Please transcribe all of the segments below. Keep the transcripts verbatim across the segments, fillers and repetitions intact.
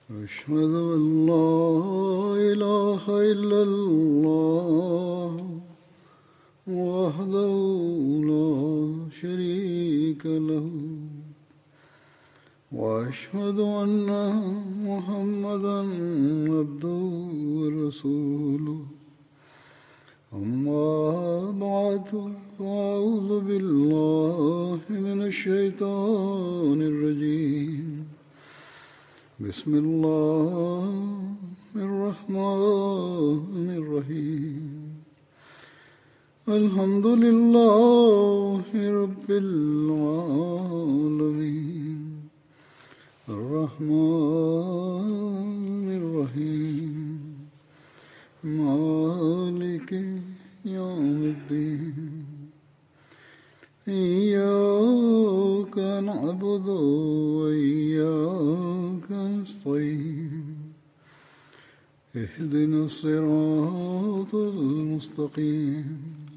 أشهد أن لا إله إلا الله وحده لا شريك له وأشهد أن محمدا عبده ورسوله أما بعد فأعوذ بالله من الشيطان الرجيم بسم الله الرحمن الرحيم الحمد لله رب العالمين الرحمن الرحيم مالك يوم الدين إياك نعبد وإياك نستعين اهدنا الصراط المستقيم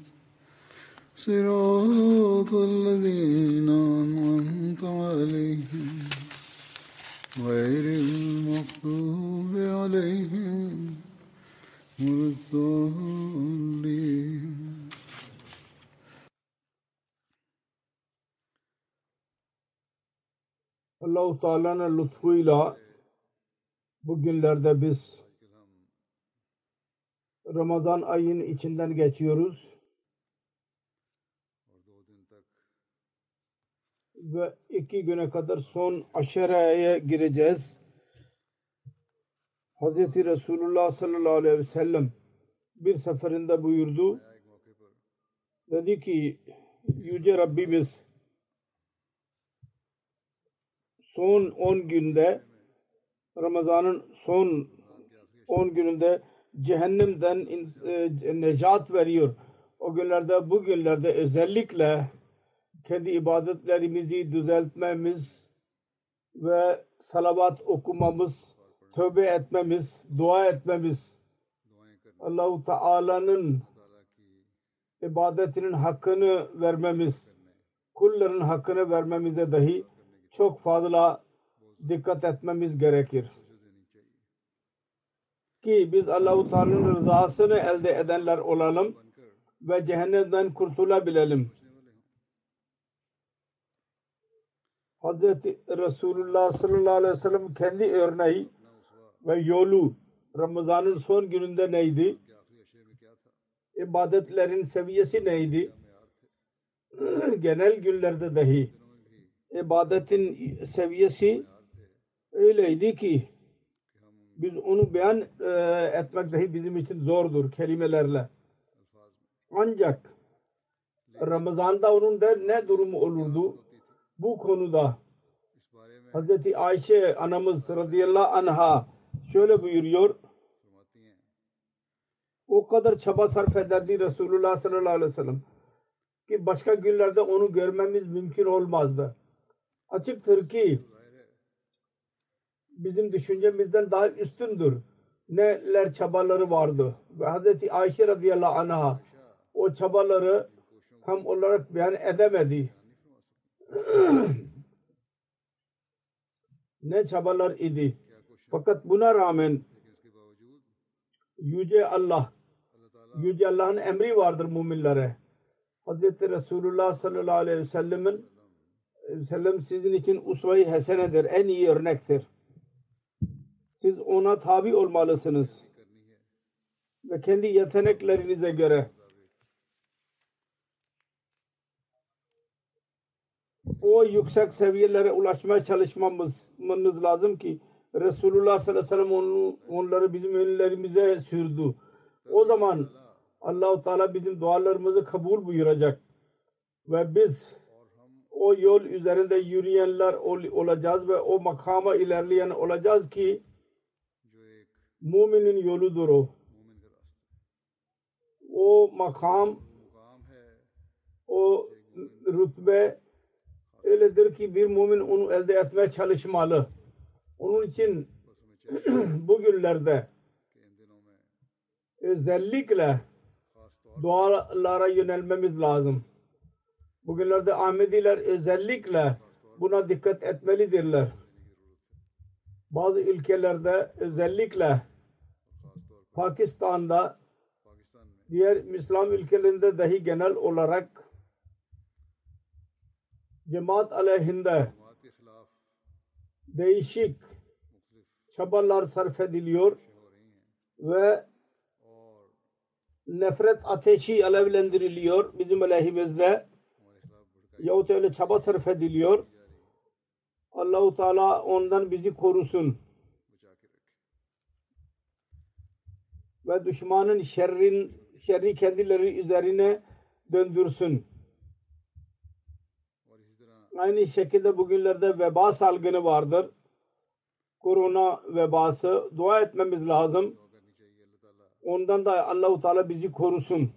صراط الذين أنعمت عليهم غير المغضوب عليهم ولا الضالين. Allah-u Teala'nın lütfuyla bugünlerde biz Ramazan ayının içinden geçiyoruz ve iki güne kadar son aşereye gireceğiz. Hazreti Resulullah sallallahu aleyhi ve sellem bir seferinde buyurdu, dedi ki Yüce Rabbimiz son on günde, Ramazan'ın son on gününde cehennemden necat veriyor. O günlerde, bu günlerde özellikle kendi ibadetlerimizi düzeltmemiz ve salavat okumamız, tövbe etmemiz, dua etmemiz, Allah-u Teala'nın ibadetinin hakkını vermemiz, kulların hakkını vermemize dahi çok fazla dikkat etmemiz gerekir. Ki biz Allah-u Teala'nın rızasını elde edenler olalım ve cehennemden kurtulabilelim. Hazreti Resulullah sallallahu aleyhi ve sellem kendi örneği ve yolu Ramazan'ın son gününde neydi? İbadetlerin seviyesi neydi? Genel günlerde dahi ibadetin seviyesi öyleydi ki biz onu beyan e, etmek dahi bizim için zordur kelimelerle. Ancak Ramazan'da onun da ne durumu olurdu? Bu konuda Hazreti Ayşe anamız radıyallahu anha şöyle buyuruyor, o kadar çaba sarf ederdi Resulullah sallallahu aleyhi ve sellem ki başka günlerde onu görmemiz mümkün olmazdı. Açıktır ki bizim düşüncemizden daha üstündür. Neler çabaları vardı. Ve Hazreti Ayşe radıyallahu anha o çabaları tam olarak beyan edemedi. Ne çabalar idi. Fakat buna rağmen Yüce Allah, Yüce Allah'ın emri vardır müminlere. Hazreti Resulullah sallallahu aleyhi ve sellemin sellem sizin için usve-i hasenedir, en iyi örnektir. Siz ona tabi olmalısınız. Ve kendi yeteneklerinize göre o yüksek seviyelere ulaşmaya çalışmamız lazım ki Resulullah sallallahu aleyhi ve sellem onu, onları bizim önlerimize sürdü. O zaman Allah-u Teala bizim dualarımızı kabul buyuracak ve biz o yol üzerinde yürüyenler ol, olacağız ve o makama ilerleyen olacağız ki müminin yoludur o. O makam, o rütbe öyledir ki bir mümin onu elde etmeye çalışmalı. Onun için bugünlerde özellikle dualara yönelmemiz lazım. Bugünlerde Ahmediler özellikle buna dikkat etmelidirler. bazı ülkelerde özellikle Pakistan'da diğer İslam ülkelerinde dahi genel olarak cemaat aleyhinde değişik çabalar sarf ediliyor ve nefret ateşi alevlendiriliyor bizim aleyhimizde yahut öyle çaba sarf ediliyor. Allah-u Teala ondan bizi korusun ve düşmanın şerrin, şerri kendileri üzerine döndürsün. Aynı şekilde bugünlerde veba salgını vardır. Korona vebası. Dua etmemiz lazım. Ondan da Allah-u Teala bizi korusun.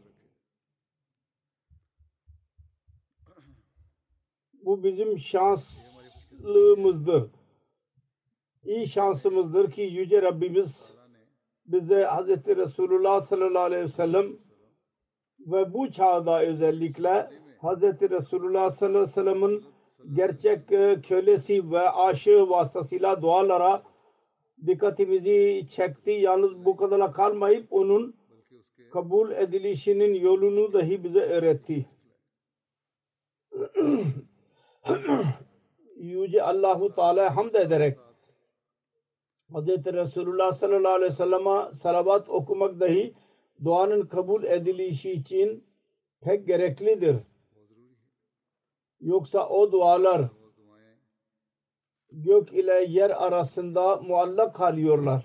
Bu bizim şanslığımızdır. İyi şansımızdır ki Yüce Rabbimiz bize Hz. Resulullah sallallahu aleyhi ve sellem ve bu çağda özellikle Hz. Resulullah sallallahu aleyhi ve sellem'in gerçek kölesi ve aşığı vasıtasıyla dualara dikkatimizi çekti. Yalnız bu kadarla kalmayıp onun kabul edilişinin yolunu dahi bize öğretti. Yüce Allah-u Teala hamd ederek Hz. Resulullah sallallahu aleyhi ve sellem'e salavat okumak dahi duanın kabul edilişi için pek gereklidir. Yoksa o dualar gök ile yer arasında muallak kalıyorlar.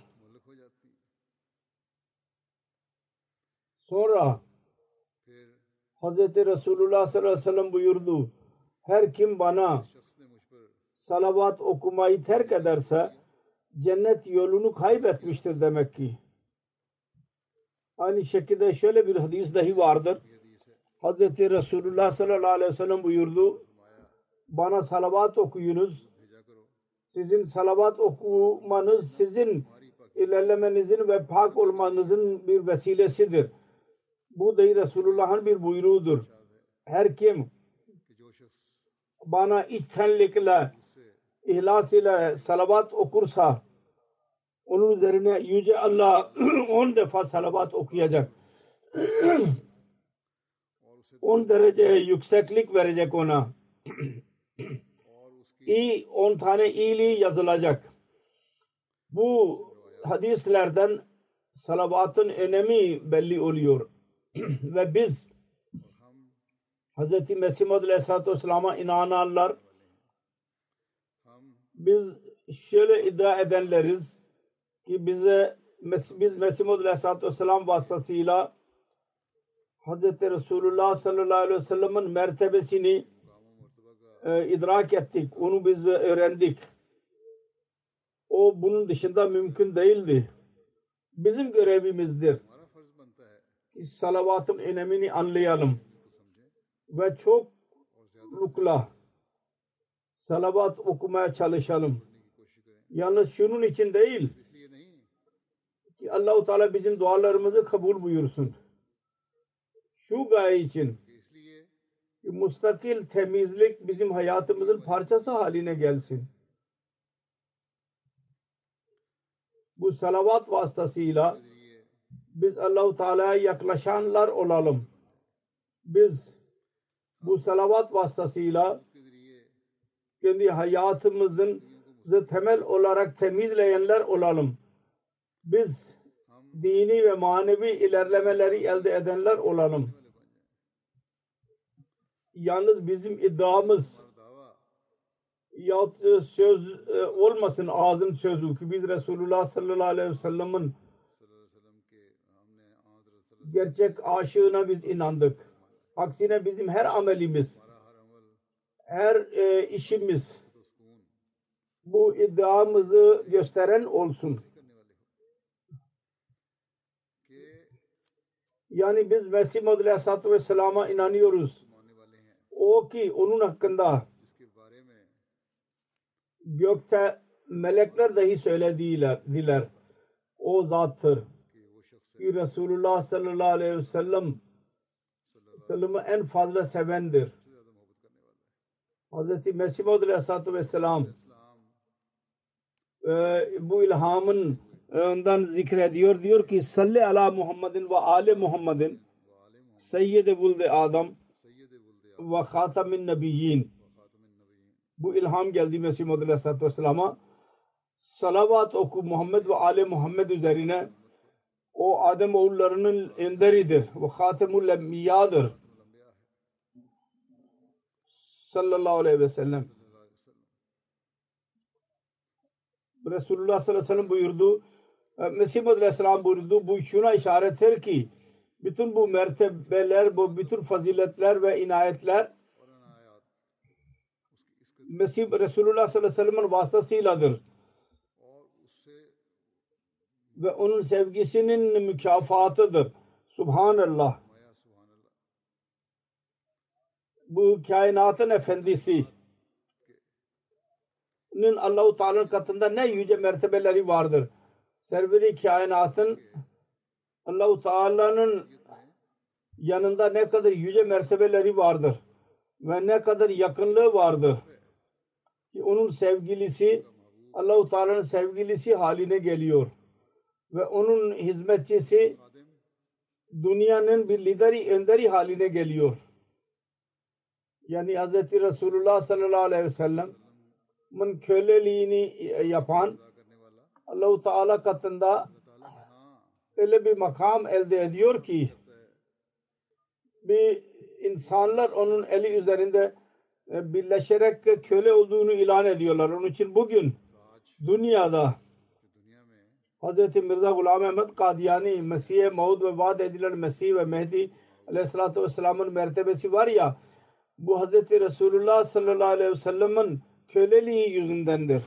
Sonra Hz. Resulullah sallallahu aleyhi ve sellem buyurdu. Her kim bana salavat okumayı terk ederse cennet yolunu kaybetmiştir demek ki. Aynı şekilde şöyle bir hadis dahi vardır. Hz. Resulullah sallallahu aleyhi ve sellem buyurdu. Bana salavat okuyunuz. Sizin salavat okumanız sizin ilerlemenizin ve pak olmanızın bir vesilesidir. Bu dahi Resulullah'ın bir buyruğudur. Her kim bana içtenlikle, ihlas ile salavat okursa onun üzerine Yüce Allah on defa salavat okuyacak. on derece yükseklik verecek ona. İyi, on tane iyiliği yazılacak. Bu hadislerden salavatın önemi belli oluyor. Ve biz Hz. Mesih Maud Aleyhisselatü Vesselam'a inananlar biz şöyle iddia edenleriz ki bize biz Mesih Maud Aleyhisselatü Vesselam vasıtasıyla Hz. Resulullah sallallahu aleyhi ve sellem'in mertebesini e, idrak ettik. Onu biz öğrendik. O bunun dışında mümkün değildi. Bizim görevimizdir ki salavatın önemini anlayalım ve çok lukla salavat okumaya çalışalım. Yalnız şunun için değil ki Allah-u Teala bizim dualarımızı kabul buyursun. Şu gaye için ki mustakil temizlik bizim hayatımızın parçası haline gelsin. Bu salavat vasıtasıyla biz Allah-u Teala'ya yaklaşanlar olalım. Biz bu salavat vasıtasıyla kendi hayatımızın temel olarak temizleyenler olalım. Biz dini ve manevi ilerlemeleri elde edenler olalım. Yalnız bizim iddiamız yahut söz olmasın, ağzın sözü ki biz Resulullah sallallahu aleyhi ve sellem'in gerçek aşığına biz inandık. Aksine bizim her amelimiz, her e, işimiz bu iddiamızı gösteren olsun. Yani biz Mesih Maud Aleyhisselatü Vesselam'a inanıyoruz. O ki onun hakkında gökte melekler dahi söylediler. Diler. O zattır ki Resulullah sallallahu aleyhi ve sellem sellem'i en fazla sevendir. Hz. Mesih Maud Aleyhisselatü Vesselam e, bu ilhamın e, ondan zikrediyor. Diyor ki salli ala Muhammedin ve ale Muhammedin seyyid-i vulde Adam ve hatamin nebiyyin. Bu ilham geldi Mesih Muhammed Aleyhisselatü Vesselam'a. Salavat oku Muhammed ve ale Muhammed üzerine. O Adem oğullarının enderidir. Ve hatemul enbiyadır. Sallallahu aleyhi ve sellem. Resulullah sallallahu aleyhi ve sellem buyurdu. Mesih Muhammed Aleyhisselam buyurdu. Bu şuna işarettir ki bütün bu mertebeler, bu bütün faziletler ve inayetler Mesih Resulullah sallallahu aleyhi ve sellem'in vasıtasıyladır. Ve onun sevgisinin mükafatıdır. Subhanallah. Bu kainatın efendisi Allah-u Teala'nın katında ne yüce mertebeleri vardır. Serveri kainatın Allah-u Teala'nın yanında ne kadar yüce mertebeleri vardır ve ne kadar yakınlığı vardır ki onun sevgilisi Allah-u Teala'nın sevgilisi haline geliyor ve onun hizmetçisi dünyanın bir lideri, önderi haline geliyor. Yani Hz. Resulullah sallallahu aleyhi ve sellem'in köleliğini yapan Allah-u Teala katında öyle bir makam elde ediyor ki bir insanlar onun eli üzerinde birleşerek köle olduğunu ilan ediyorlar. Onun için bugün dünyada Hz. Mirza Ghulam Ahmad Kadiyani, Mesih-i Maud ve vaat edilen Mesih ve Mehdi Aleyhisselatü Vesselam'ın mertebesi var ya, bu Hz. Resulullah sallallahu aleyhi ve sellem'in köleliği yüzündendir.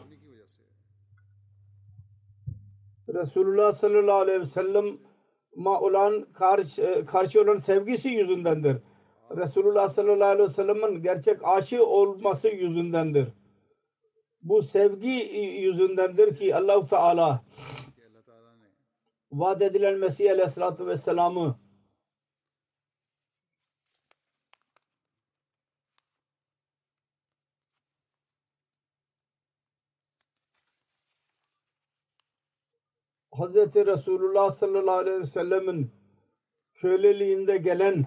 Resulullah sallallahu aleyhi ve sellem'a olan karşı, karşı olan sevgisi yüzündendir. Resulullah sallallahu aleyhi ve sellem'in gerçek aşık olması yüzündendir. Bu sevgi yüzündendir ki Allah-u Teala vaat edilen Mesih Aleyhisselatü Vesselam'ı Hz. Resulullah sallallahu aleyhi ve sellem'in köleliğinde gelen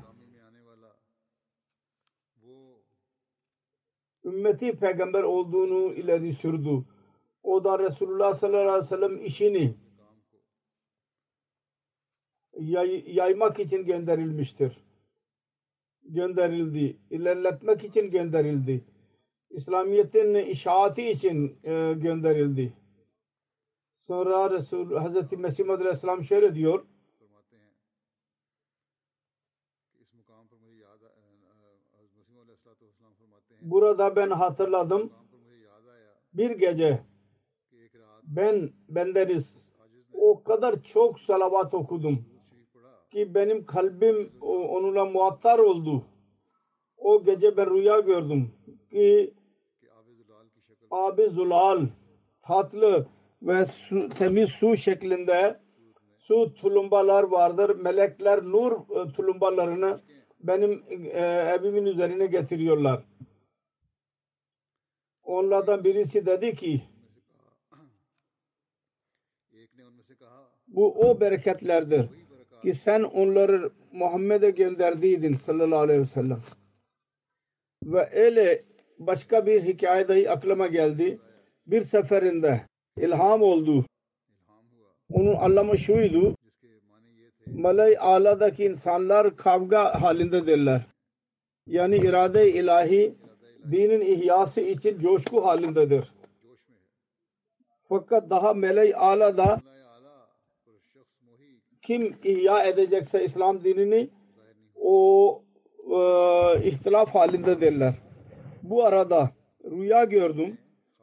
ümmeti peygamber olduğunu ileri sürdü. O da Resulullah sallallahu aleyhi ve sellem işini yay, yaymak için gönderilmiştir. Gönderildi. İlerletmek için gönderildi. İslamiyet'in işaati için e, gönderildi. Sonra Resul Hazreti Mesih Muhammed Aleyhisselam şöyle diyor. Burada ben hatırladım. Bir gece ben bendeniz o kadar çok salavat okudum ki benim kalbim onunla muhattar oldu. O gece ben rüya gördüm ki Abi Zulal tatlı ve su, temiz su şeklinde su tulumbalar vardır. Melekler nur tulumbalarını benim e, evimin üzerine getiriyorlar. Onlardan birisi dedi ki bu o bereketlerdir ki sen onları Muhammed'e gönderdiydin sallallahu aleyhi ve sellem. Ve öyle başka bir hikaye dahi aklıma geldi. Bir seferinde ilham oldu. Onun anlamı şuydu. Malay Ala'daki insanlar kavga halindedirler. Yani irade-i ilahi dinin ihyası için coşku halindedir. Fakat daha Malay Ala'da kim ihya edecekse İslam dinini o e, ihtilaf halindedirler. Bu arada rüya gördüm.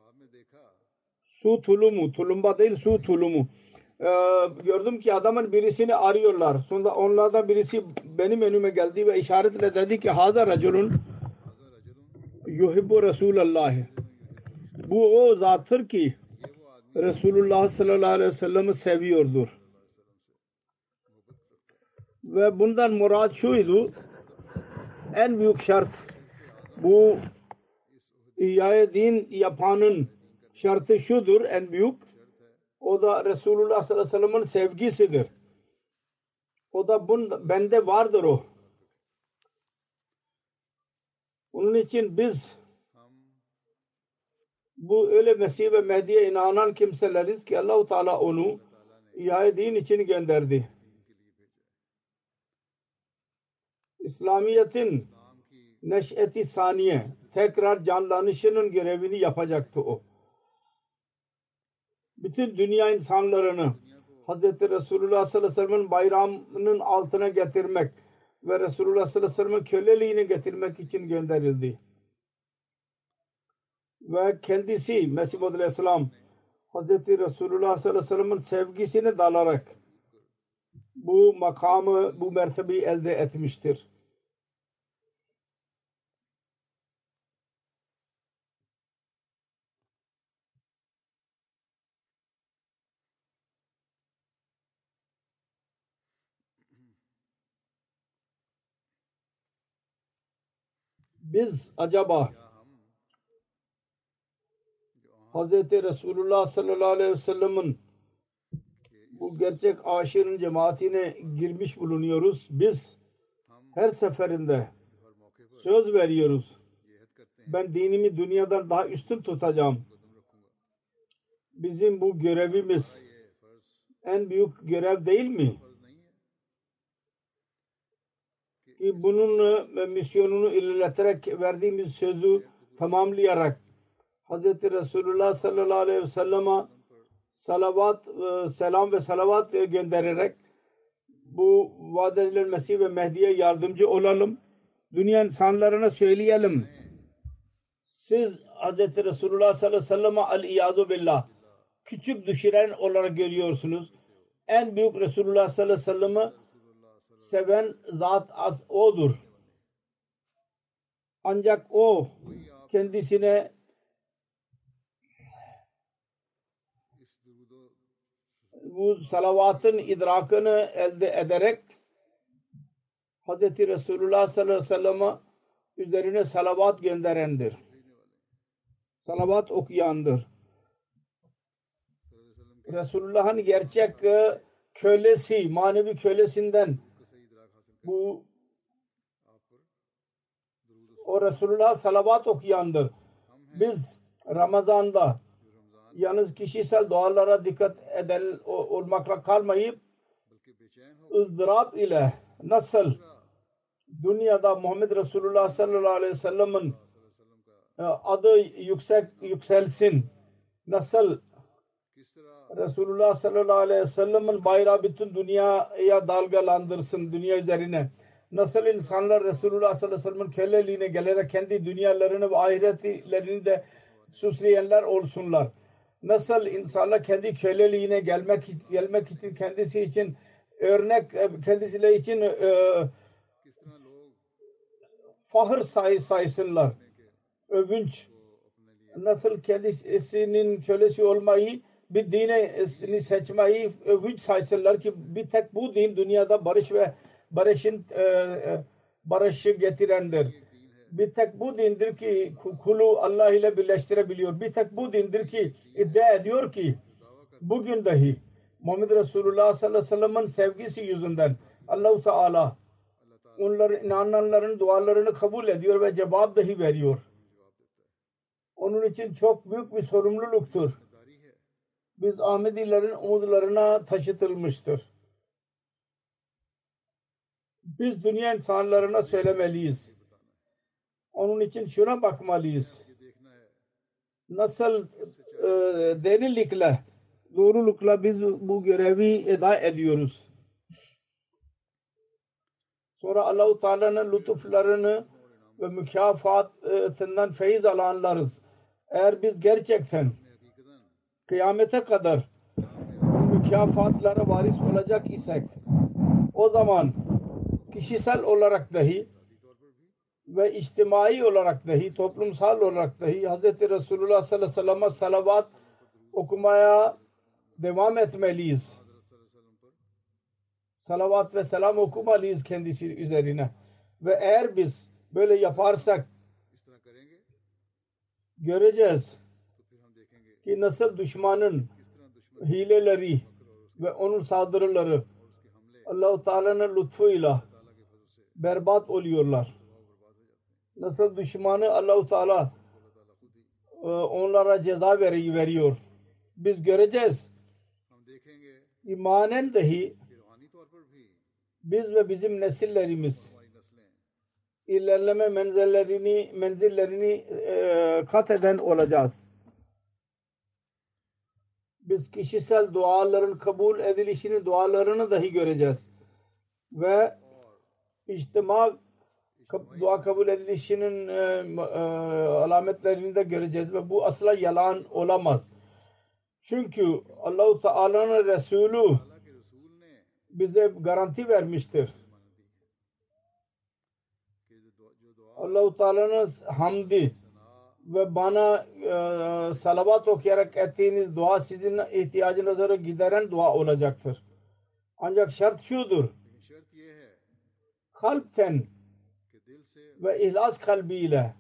Su tulumu, tulumba değil su tulumu. Ee, gördüm ki adamın birisini arıyorlar. Sonra onlardan birisi benim önüme geldi ve işaretle dedi ki Hazar raculun yuhibbu Resulallah. Bu o zattır ki Resulullah sallallahu aleyhi ve sellem'i seviyordur. Ve bundan murad şuydu. En büyük şart bu İhya-i din yapanın şartı şudur en büyük O da Resulullah sallallahu aleyhi ve sellem'in sevgisidir. O da bun, bende vardır o. Onun için biz bu öyle Mesih ve Mehdi'ye inanan kimseleriz ki Allah-u Teala onu İhya-i Din için gönderdi. İslamiyet'in neş'eti saniye, tekrar canlanışının görevini yapacaktı o. Bütün dünya insanlarını Hz. Resulullah sallallahu aleyhi ve sellem'in bayramının altına getirmek ve Resulullah sallallahu aleyhi ve sellem'in köleliğini getirmek için gönderildi. Ve kendisi Mesih Maud aleyhisselam Hz. Resulullah sallallahu aleyhi ve sellem'in sevgisine dalarak bu makamı, bu mertebeyi elde etmiştir. Biz acaba Hz. Resulullah sallallahu aleyhi ve sellem'in bu gerçek aşığın cemaatine girmiş bulunuyoruz. Biz her seferinde söz veriyoruz. Ben dinimi dünyadan daha üstün tutacağım. Bizim bu görevimiz en büyük görev değil mi? Ki bunun misyonunu ilerleterek verdiğimiz sözü tamamlayarak Hz. Resulullah sallallahu aleyhi ve sellem'e salavat, selam ve salavat göndererek bu vaad edilen Mesih ve Mehdi'ye yardımcı olalım. Dünya insanlarına söyleyelim. Siz Hz. Resulullah sallallahu aleyhi ve sellem'e al-iyadu billah küçük düşüren olarak görüyorsunuz. En büyük Resulullah sallallahu aleyhi ve sellem'i seven zat az odur. Ancak o kendisine bu salavatın idrakını elde ederek Hz. Resulullah sallallahu aleyhi ve sellem'e üzerine salavat gönderendir. Salavat okuyandır. Resulullah'ın gerçek kölesi, manevi kölesinden bu o Resulullah salavat okuyandır. Biz Ramazan'da yalnız kişisel dualara dikkat eden olmakla kalmayıp ızdırap ile nasıl dünyada Muhammed Resulullah sallallahu aleyhi ve sellem'in adı yüksek yükselsin, nasıl Resulullah sallallahu aleyhi ve sellem'in bayrağı bütün dünyaya dalgalandırsın, dünya üzerine. Nasıl insanlar Resulullah sallallahu aleyhi ve sellem'in köleliğine gelerek kendi dünyalarını ve ahiretlerini de süsleyenler olsunlar. Nasıl insanlar kendi köleliğine gelmek gelmek için kendisi için örnek kendisiyle için e, fahır say saysınlar. Övünç. Nasıl kendisinin kölesi olmayı, bir dini seçmeyi övünç saysınlar ki bir tek bu din dünyada barış ve barışın e, barışı getirendir. Bir tek bu dindir ki kulu Allah ile birleştirebiliyor. Bir tek bu dindir ki iddia ediyor ki bugün dahi Muhammed Resulullah sallallahu aleyhi ve sellem'in sevgisi yüzünden Allah-u Teala onların inananların dualarını kabul ediyor ve cevap dahi veriyor. Onun için çok büyük bir sorumluluktur. Biz Ahmedilerin umutlarına taşıtılmıştır. Biz dünya insanlarına söylemeliyiz. Onun için şuna bakmalıyız. Nasıl e, derinlikle, doğrulukla biz bu görevi eda ediyoruz. Sonra Allah-u Teala'nın lütuflarını ve mükafatından feyiz alanlarız. Eğer biz gerçekten kıyamete kadar bu mükafatlara varis olacak isek o zaman kişisel olarak dahi ve içtimai olarak dahi, toplumsal olarak dahi Hz. Resulullah sallallahu aleyhi ve sellem'e salavat okumaya devam etmeliyiz. Salavat ve selam okumalıyız kendisi üzerine. Ve eğer biz böyle yaparsak göreceğiz ki nasıl düşmanın hileleri ve onun saldırıları Allah-u Teala'nın lütfuyla berbat oluyorlar. Nasıl düşmanı Allah-u Teala onlara ceza veriyor. Biz göreceğiz. İmanen dahi biz ve bizim nesillerimiz ilerleme menzillerini menzillerini e, kat eden olacağız. Biz kişisel duaların kabul edilişini, dualarını dahi göreceğiz. Ve içtima dua kabul edilişinin e, e, alametlerini de göreceğiz ve bu asla yalan olamaz. Çünkü Allah-u Teala'nın Resulü bize garanti vermiştir. Allah-u Teala'nın hamdi ve bana e, salavat okuyarak ettiğiniz dua sizin ihtiyacınızı gideren dua olacaktır. Ancak şart şudur. Kalpten ve ihlas kalbiyle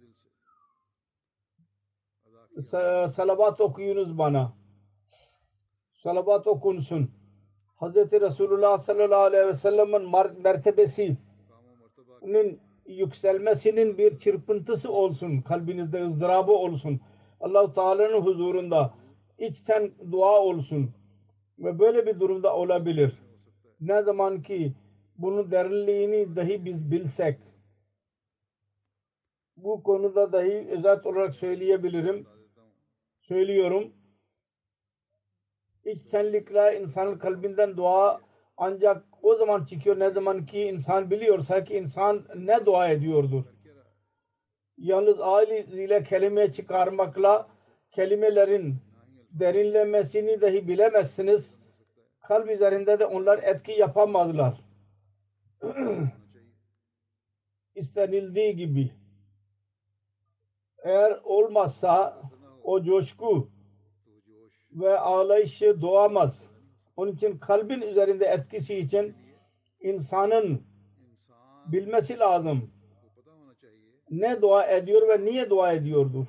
salavat okuyunuz bana. Salavat okunsun. Hazreti Resulullah sallallahu aleyhi ve sellem'in mertebesinin yükselmesinin bir çırpıntısı olsun. Kalbinizde ızdırabı olsun. Allah-u Teala'nın huzurunda içten dua olsun. Ve böyle bir durumda olabilir. Ne zaman ki bunun derinliğini dahi biz bilsek, bu konuda dahi özet olarak söyleyebilirim. Söylüyorum. İçtenlikle insanın kalbinden dua ancak o zaman çıkıyor ne zaman ki insan biliyorsa ki insan ne dua ediyordur. Yalnız ağzıyla kelime çıkarmakla kelimelerin derinlemesini dahi bilemezsiniz. Kalp üzerinde de onlar etki yapamazlar. İstenildiği gibi. Eğer olmazsa o coşku ve ağlayışı doğamaz. Onun için kalbin üzerinde etkisi için insanın bilmesi lazım. Ne dua ediyor ve niye dua ediyordur.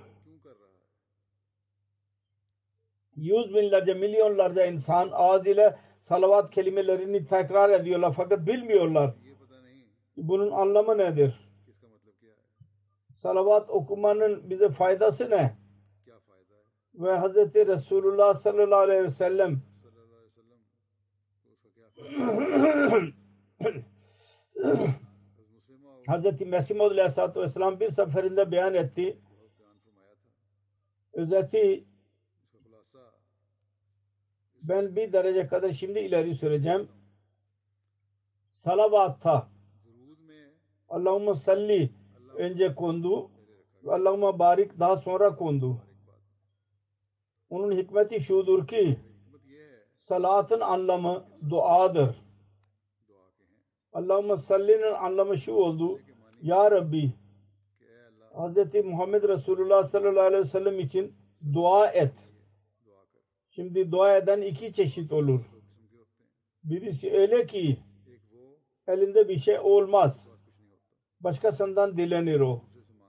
Yüz binlerce, milyonlarca insan ağzıyla salavat kelimelerini tekrar ediyorlar fakat bilmiyorlar. Bunun anlamı nedir? Salavat okumanın bize faydası ne? Ve Hazreti Resulullah sallallahu aleyhi ve sellem Hazreti Mesih Maud aleyhissalatu vesselam bir seferinde beyan etti. Özeti ben bir derece kadar şimdi ileri süreceğim. Salavatta Allahümme salli önce kondu ve Allahümme barik daha sonra kondu. Onun hikmeti şudur ki salatın anlamı duadır. Allahümme salli'nin anlamı şu oldu. Ya Rabbi Hz. Muhammed Resulullah sallallahu aleyhi ve sellem için dua et. Şimdi dua eden iki çeşit olur. Birisi öyle ki elinde bir şey olmaz. Başkasından dilenir o.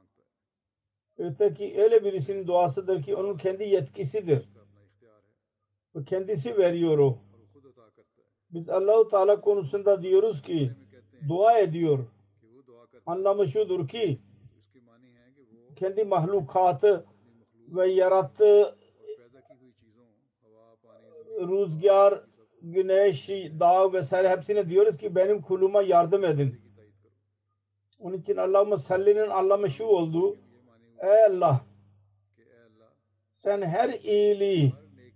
Öteki öyle birisinin duasıdır ki onun kendi yetkisidir. Ve kendisi veriyor o. Biz Allah-u Teala konusunda diyoruz ki dua ediyor. Anlamı şudur ki kendi mahlukatı ve yarattığı rüzgar, güneş, dağ vesaire hepsine diyoruz ki benim kuluma yardım edin. Onun için Allahümme salli'nin anlamı şu oldu. Ey Allah sen her iyiliği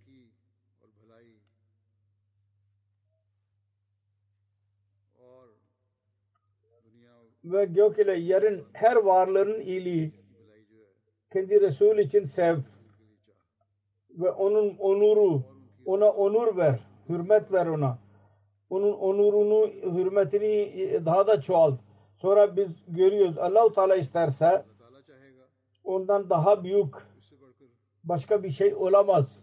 ve gök ile yerin her varlığının iyiliği kendi Resul için sev ve onun onuru ona onur ver, hürmet ver ona. Onun onurunu, hürmetini daha da çoğalt. Sonra biz görüyoruz Allah-u Teala isterse ondan daha büyük başka bir şey olamaz.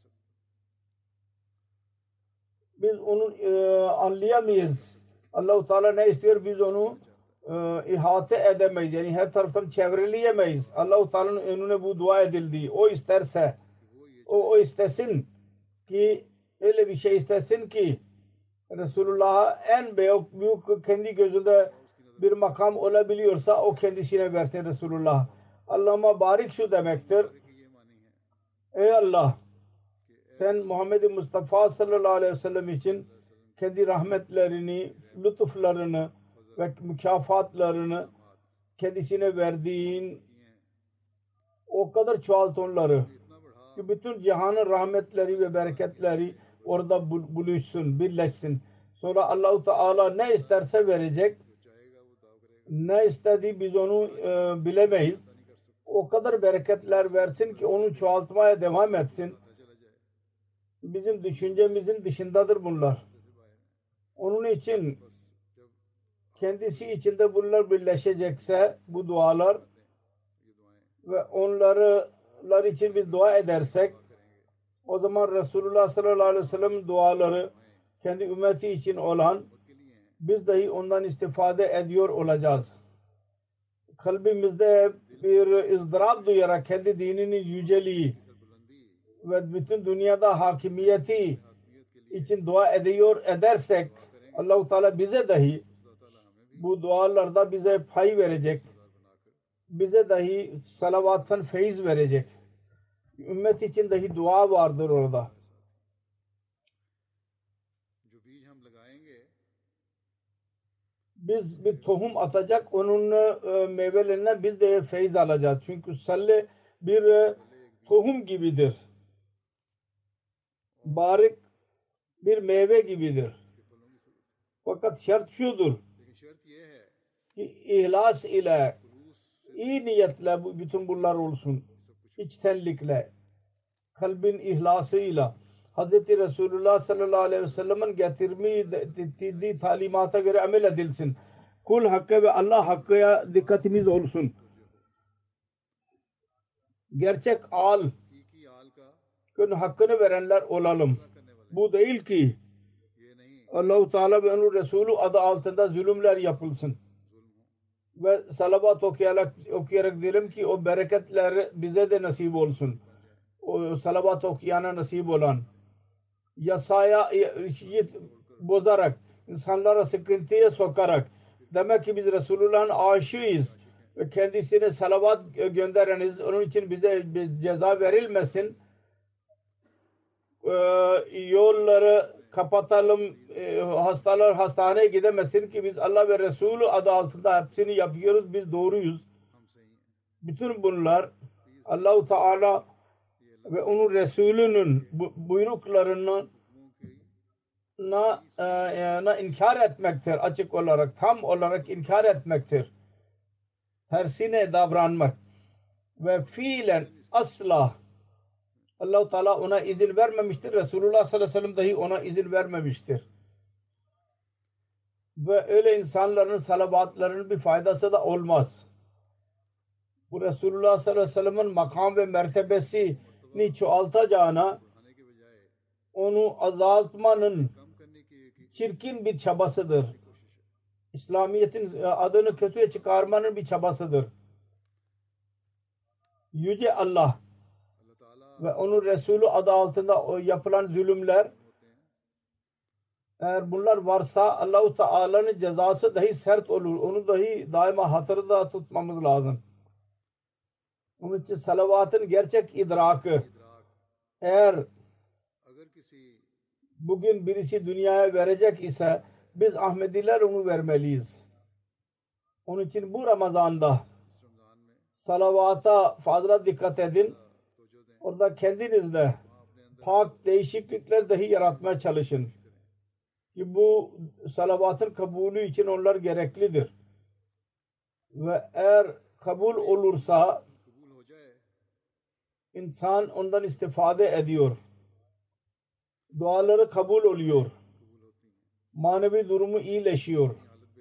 Biz onu e, anlayamayız. Allah-u Teala ne istiyor biz onu e, ihate edemeyiz. Yani her taraftan çevreleyemeyiz. Allah-u Teala'nın önüne bu dua edildi. O isterse o, o istesin ki ki öyle bir şey istesin ki Resulullah'a en büyük, büyük kendi gözünde bir makam olabiliyorsa o kendisine versin Resulullah. Allah'ıma barik şu demektir. Ey Allah, sen Muhammed Mustafa sallallahu aleyhi ve sellem için kendi rahmetlerini, lütuflarını ve mükafatlarını kendisine verdiğin o kadar çoğalt onları ki bütün cihanın rahmetleri ve bereketleri orada buluşsun, birleşsin. Sonra Allah-u Teala ne isterse verecek. Ne istediği biz onu e, bilemeyiz. O kadar bereketler versin ki onu çoğaltmaya devam etsin. Bizim düşüncemizin dışındadır bunlar. Onun için kendisi içinde bunlar birleşecekse bu dualar ve onları için biz dua edersek o zaman Resulullah sallallahu aleyhi ve sellem duaları kendi ümmeti için olan biz dahi ondan istifade ediyor olacağız. Kalbimizde bir ızdırap duyarak kendi dininin yüceliği ve bütün dünyada hakimiyeti için dua ediyor edersek Allah-u Teala bize dahi bu dualarda bize pay verecek. Bize dahi salavattan feyiz verecek. Ümmet için dahi dua vardır orada. Biz bir tohum atacak, onun e, meyvelerinden biz de feyiz alacağız. Çünkü salle bir e, tohum gibidir. Barik bir meyve gibidir. Fakat şart şudur ki ihlas ile, iyi niyetle bütün bunlar olsun. İçtenlikle, kalbin ihlasıyla, Hz. Resulullah sallallahu aleyhi ve sellem'in getirdiği talimata göre amel edilsin. Kul hakkı ve Allah hakkıya dikkatimiz olsun. Gerçek al, hakkını verenler olalım. Bu değil ki Allah-u Teala ve onun Resulü adı altında zulümler yapılsın. Ve salavat okuyarak, okuyarak diyelim ki o bereketler bize de nasip olsun. O salavat okuyana nasip olan. Yasaya bozarak, insanlara sıkıntıya sokarak, demek ki biz Resulullah'ın aşığıyız ve kendisine salavat göndereniz, onun için bize ceza verilmesin. Ee, yolları kapatalım, e, hastalar hastaneye gidemesin ki biz Allah ve Resulü adı altında hepsini yapıyoruz, biz doğruyuz. Bütün bunlar Allah-u Teala ve onun Resulünün buyruklarını na, e, na inkar etmektir, açık olarak, tam olarak inkar etmektir. Tersine davranmak ve fiilen asla Allah-u Teala ona izin vermemiştir. Resulullah sallallahu aleyhi ve sellem dahi ona izin vermemiştir. Ve öyle insanların salavatlarının bir faydası da olmaz. Bu Resulullah sallallahu aleyhi ve sellem'in makam ve mertebesini çoğaltacağına onu azaltmanın çirkin bir çabasıdır. İslamiyet'in adını kötüye çıkarmanın bir çabasıdır. Yüce Allah ve onun Resulü adı altında yapılan zulümler, eğer bunlar varsa Allah-u Teala'nın cezası dahi sert olur. Onu dahi daima hatırda tutmamız lazım. Onun için salavatın gerçek idrakı, eğer bugün birisi dünyaya verecek ise biz Ahmediler onu vermeliyiz. Onun için bu Ramazan'da salavata fazla dikkat edin. Orada kendinizde pak değişiklikler dahi yaratmaya çalışın. Ki bu salavatın kabulü için onlar gereklidir. Ve eğer kabul olursa insan ondan istifade ediyor. Duaları kabul oluyor. Manevi durumu iyileşiyor.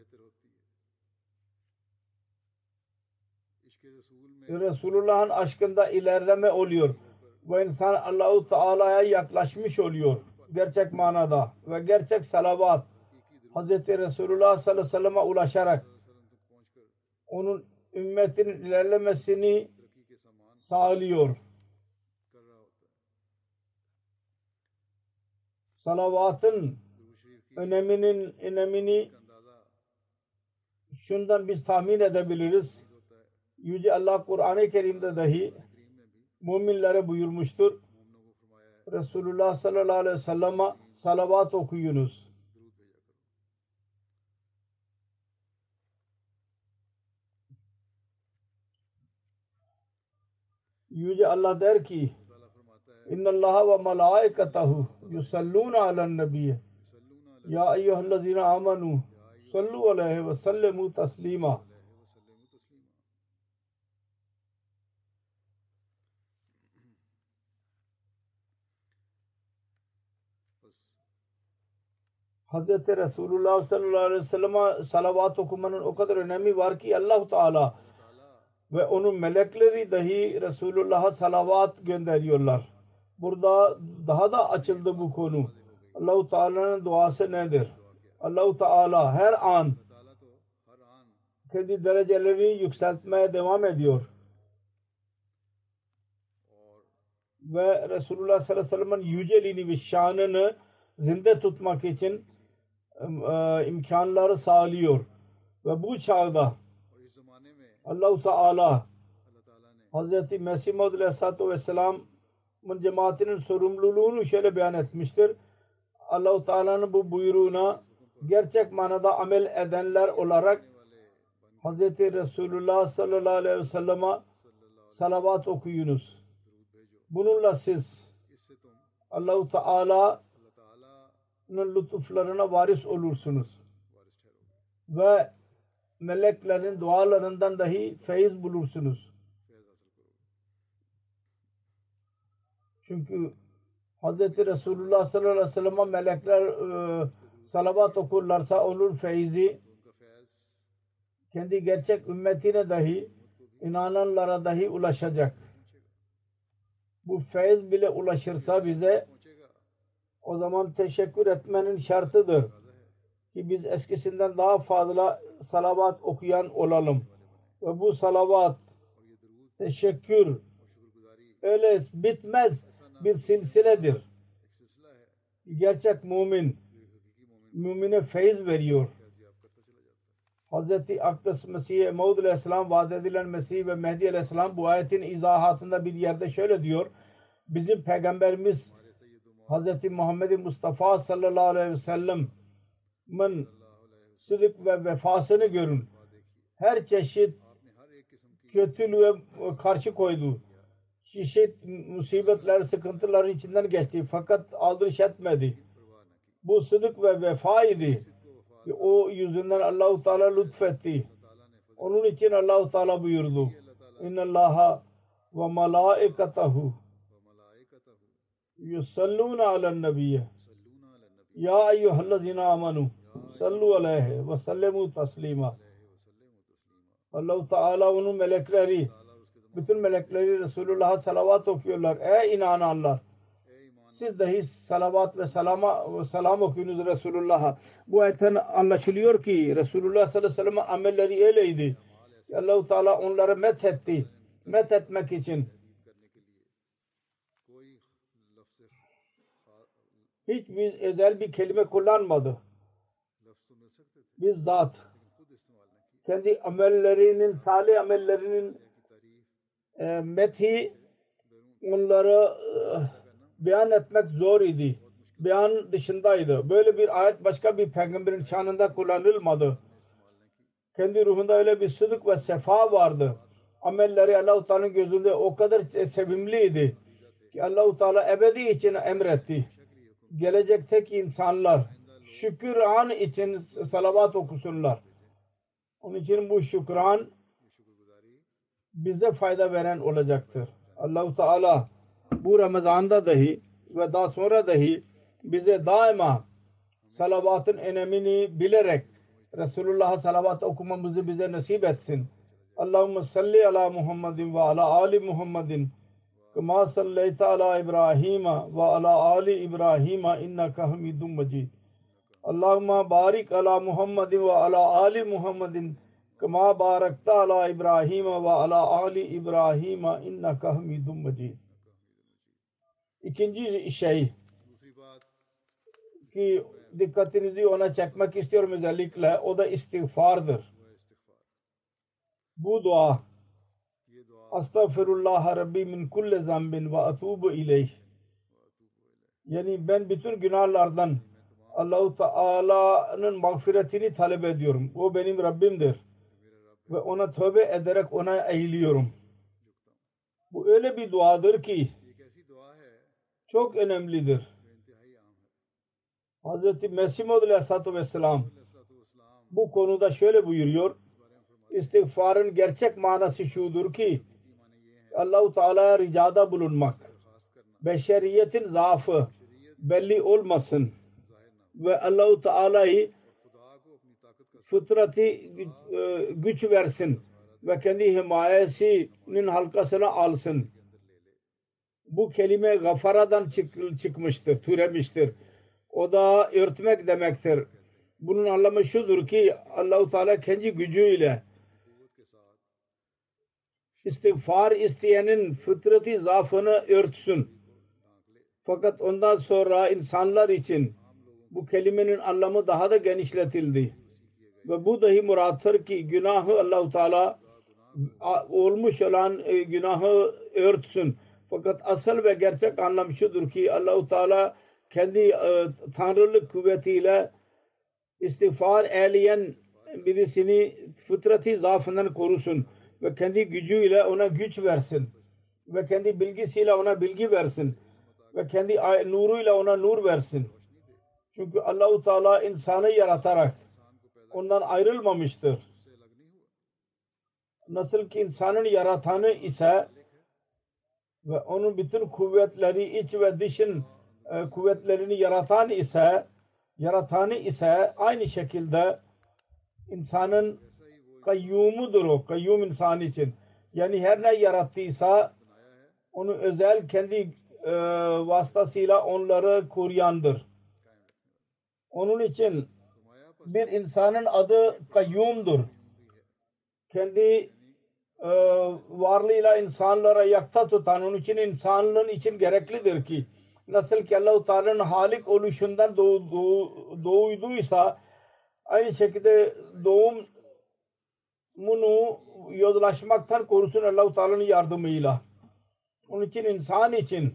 Resulullah'ın aşkında ilerleme oluyor. Ve insan Allah-u Teala'ya yaklaşmış oluyor. Gerçek manada. Ve gerçek salavat Hz. Resulullah sallallahu aleyhi ve sellem'e ulaşarak onun ümmetinin ilerlemesini sağlıyor. salavatın öneminin önemini şundan biz tahmin edebiliriz. Yüce Allah Kur'an-ı Kerim'de dahi müminlere buyurmuştur. Resulullah sallallahu aleyhi ve sellem'e salavat okuyunuz. Yüce Allah der ki İnna Allah ve malaikatahu yusalluna alen nebiyye ya eyyühellezine amenu sallu aleyhi ve sellimu taslima. Hazreti Resulullah sallallahu aleyhi ve sellem'e salavat okumanın o kadar önemi var ki Allah-u Teala ve onun melekleri dahi Resulullah'a salavat gönderiyorlar. Burada daha da açıldı bu konu. Allah-u Teala'nın duası nedir? Allah-u Teala her an kendi derecelerini yükseltmeye devam ediyor. Ve Resulullah sallallahu aleyhi ve sellem'in yüceliğini ve şanını zinde tutmak için e, imkanları sağlıyor. Ve bu çağda Allah-u Teala Hz. Mesih Maud Aleyhisselatü Vesselam'ın cemaatinin sorumluluğunu şöyle beyan etmiştir. Allah-u Teala'nın bu buyruğuna gerçek manada amel edenler olarak Hz. Resulullah sallallahu aleyhi ve sellem'e salavat okuyunuz. Bununla siz Allah-u Teala'nın lütuflarına varis olursunuz. Ve meleklerin dualarından dahi feyiz bulursunuz. Çünkü Hz. Resulullah sallallahu aleyhi ve sellem'e melekler e, salavat okurlarsa onun feyzi kendi gerçek ümmetine dahi inananlara dahi ulaşacak. Bu feyiz bile ulaşırsa bize o zaman teşekkür etmenin şartıdır ki biz eskisinden daha fazla salavat okuyan olalım. Ve bu salavat, teşekkür öyle bitmez bir silsiledir. Gerçek mümin, mümine feyiz veriyor. Hz. Akdas Mesih Maud Aleyhisselam, vaat edilen Mesih ve Mehdi Aleyhisselam bu ayetin izahatında bir yerde şöyle diyor. Bizim Peygamberimiz Hz. Muhammed Mustafa sallallahu aleyhi ve sellem'in sıdık ve vefasını görün. Her çeşit kötülüğe karşı koydu. Çeşit musibetler, sıkıntıların içinden geçti. Fakat aldırış etmedi. Bu sıdık ve vefa idi. O yüzünden Allah-u Teala lütfetti. Onun için Allah-u Teala buyurdu. İnnallaha ve malaikatahu yusalluna alen nebiyye ya eyyühellezine amenu sallu aleyhi ve sellimu taslima. Allah-u Teala onun melekleri, bütün melekleri Resulullah'a salavat okuyorlar. Ey inananlar! Siz dahi salavat ve salama ve salam okuyunuz Resulullah'a. Bu ayetten anlaşılıyor ki Resulullah sallallahu aleyhi ve sellem'in amelleri öyleydi. Allah-u Teala onları methetti. Methetmek için hiçbir özel bir kelime kullanmadı. Bizzat kendi amellerinin, salih amellerinin e, methi onları e, beyan etmek zor idi. Beyan dışındaydı. Böyle bir ayet başka bir peygamberin şanında kullanılmadı. Kendi ruhunda öyle bir sıdık ve sefa vardı. Amelleri Allah-u Teala'nın gözünde o kadar sevimliydi ki Allah-u Teala ebedi için emretti. Gelecekteki insanlar şükran için salavat okusunlar. Onun için bu şükran bize fayda veren olacaktır. Allah-u Teala bu Ramazan'da dahi ve daha sonra dahi bize daima salavatın önemini bilerek Resulullah'a salavat okumamızı bize nasip etsin. Allahümme salli ala Muhammedin ve ala ali Muhammedin kama salleyte ala İbrahim ve ala ali İbrahim innaka hamidun mecid. Allahümme barik ala Muhammedin ve ala ali Muhammedin kama barakta ala İbrahim ve ala ali İbrahim innaka hamidun mecid. İkinci şey, ki dikkatinizi ona çekmek istiyorum özellikle. O da istiğfardır. Bu dua Estağfirullah Rabbi min kulli zambin ve atubu ileyh. Yani ben bütün günahlardan Allah-u Teala'nın mağfiretini talep ediyorum. O benim Rabbimdir. Ve ona tövbe ederek ona eğiliyorum. Bu öyle bir duadır ki çok önemlidir. Hazreti Mesih Maud Aleyhisselatü Vesselam bu konuda şöyle buyuruyor. İstiğfarın gerçek manası şudur ki Allah-u Teala'ya ricada bulunmak. Beşeriyetin zaafı belli olmasın ve Allah-u Teala'yı fıtratı güç versin ve kendi himayesinin halkasına alsın. Bu kelime gafaradan çık çıkmıştır, türemiştir. O da örtmek demektir. Bunun anlamı şudur ki Allah-u Teala kendi gücüyle istiğfar isteyenin fıtratı zaafını örtsün. Fakat ondan sonra insanlar için bu kelimenin anlamı daha da genişletildi. Ve bu dahi murattır ki günahı Allah-u Teala olmuş olan günahı örtsün. Fakat asıl ve gerçek anlam şudur ki Allah-u Teala kendi e, tanrılık kuvvetiyle istiğfar eyleyen birisini fıtratı zaafından korusun ve kendi gücüyle ona güç versin ve kendi bilgisiyle ona bilgi versin ve kendi nuruyla ona nur versin. Çünkü Allah-u Teala insanı yaratarak ondan ayrılmamıştır. Nasıl ki insanın yaratanı ise ve onun bütün kuvvetleri iç ve dışın e, kuvvetlerini yaratan ise yaratanı ise aynı şekilde insanın kayyumudur o. Kayyum insan için. Yani her ne yarattıysa onu özel kendi e, vasıtasıyla onları koruyandır. Onun için bir insanın adı kayyumdur. Kendi e, varlığıyla insanları ayakta tutan, onun için insanlığın için gereklidir ki nasıl ki Allah-u Teala'nın halik oluşundan doğ, doğ, doğduysa aynı şekilde doğumunu yozlaşmaktan korusun Allah-u Teala'nın yardımıyla. Onun için insan için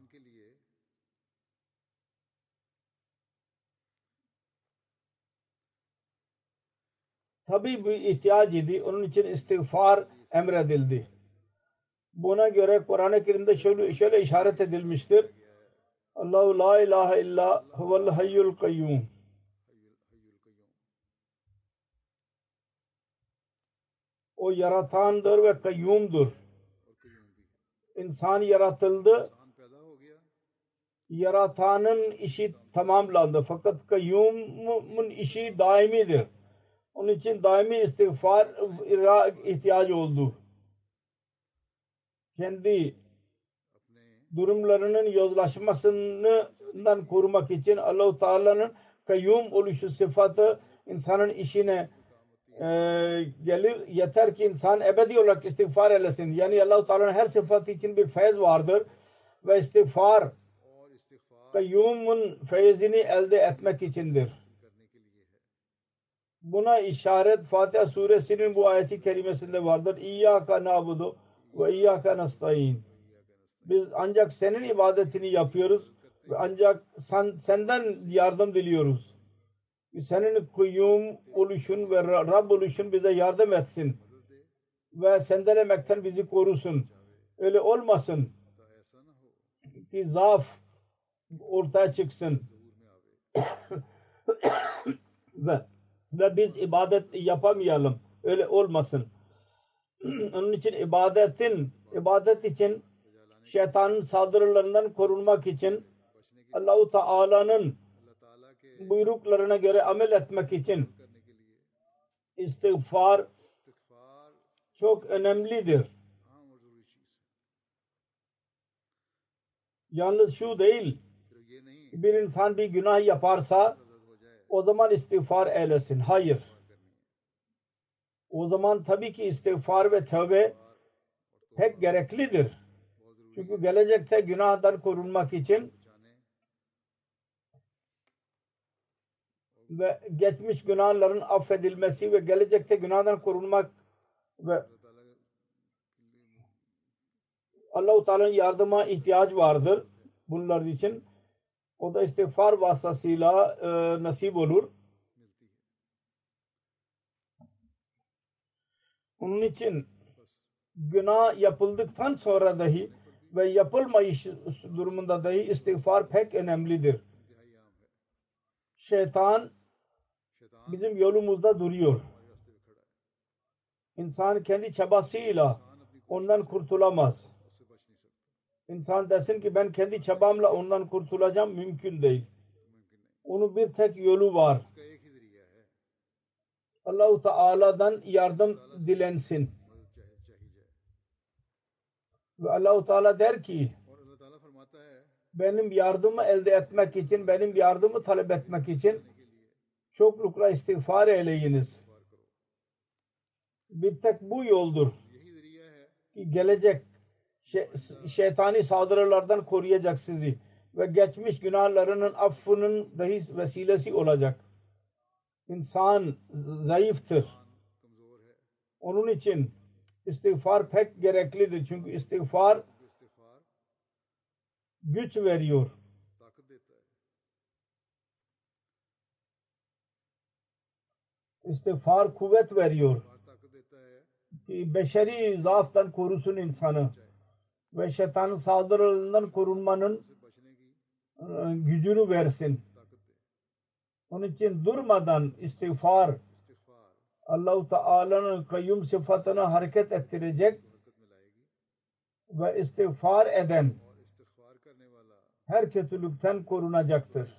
tabi bir ihtiyaç idi. Onun için istiğfar emredildi. Buna göre Kur'an-ı Kerim'de şöyle, şöyle işaret edilmiştir. Allahu la ilahe illa huvel hayyul kayyum. O yaratandır ve kayyumdur. İnsan yaratıldı. Yaratanın işi tamamlandı. Fakat kayyumun işi daimidir. Onun için daimi istiğfar ihtiyacı oldu. Kendi durumlarının yozlaşmasından korumak için Allah-u Teala'nın kayyum oluşu sıfatı insanın işine e, gelir. Yeter ki insan ebedi olarak istiğfar eylesin. Yani Allah-u Teala'nın her sıfatı için bir feyz vardır ve istiğfar kayyumun feyzini elde etmek içindir. Buna işaret Fatiha suresinin bu ayeti kerimesinde vardır. İyyâke na'budu ve iyyâke nestaîn. Biz ancak senin ibadetini yapıyoruz ve ancak sen, senden yardım diliyoruz. Senin kayyum oluşun ve Rab oluşun bize yardım etsin ve sendelemekten bizi korusun. Öyle olmasın ki zaaf ortaya çıksın ve, ve biz ibadet yapamayalım. Öyle olmasın. Onun için ibadetin ibadet için şeytanın saldırılarından korunmak için Allah-u Teala'nın buyruklarına göre amel etmek için istiğfar çok önemlidir. Yalnız şu değil, bir insan bir günah yaparsa o zaman istiğfar eylesin. Hayır. O zaman tabii ki istiğfar ve tövbe pek gereklidir. Çünkü gelecekte günahdan korunmak için ve geçmiş günahların affedilmesi ve gelecekte günahdan korunmak ve Allah-u Teala'nın yardıma ihtiyaç vardır bunlar için. O da istiğfar vasıtasıyla e, nasip olur. Onun için günah yapıldıktan sonra dahi ve yapılmayış durumunda dahi istiğfar pek önemlidir. Şeytan bizim yolumuzda duruyor. İnsan kendi çabasıyla ondan kurtulamaz. İnsan desin ki ben kendi çabamla ondan kurtulacağım, mümkün değil. Onun bir tek yolu var. Allah-u Teala'dan yardım dilensin. Ve Allah-u Teala der ki benim yardımı elde etmek için, benim yardımı talep etmek için çoklukla istiğfar eyleyiniz. Bir tek bu yoldur ki gelecek şey, şeytani saldırılardan koruyacak sizi ve geçmiş günahlarının affının dahi vesilesi olacak. İnsan zayıftır. Onun için istiğfar pek gereklidir. Çünkü istiğfar güç veriyor. İstiğfar kuvvet veriyor. Ki beşeri zaaftan korusun insanı. Ve şeytanın saldırılarından korunmanın gücünü versin. Onun için durmadan istiğfar Allah-u Teala'nın kayyum sıfatını hareket ettirecek ve istiğfar eden her kötülükten korunacaktır.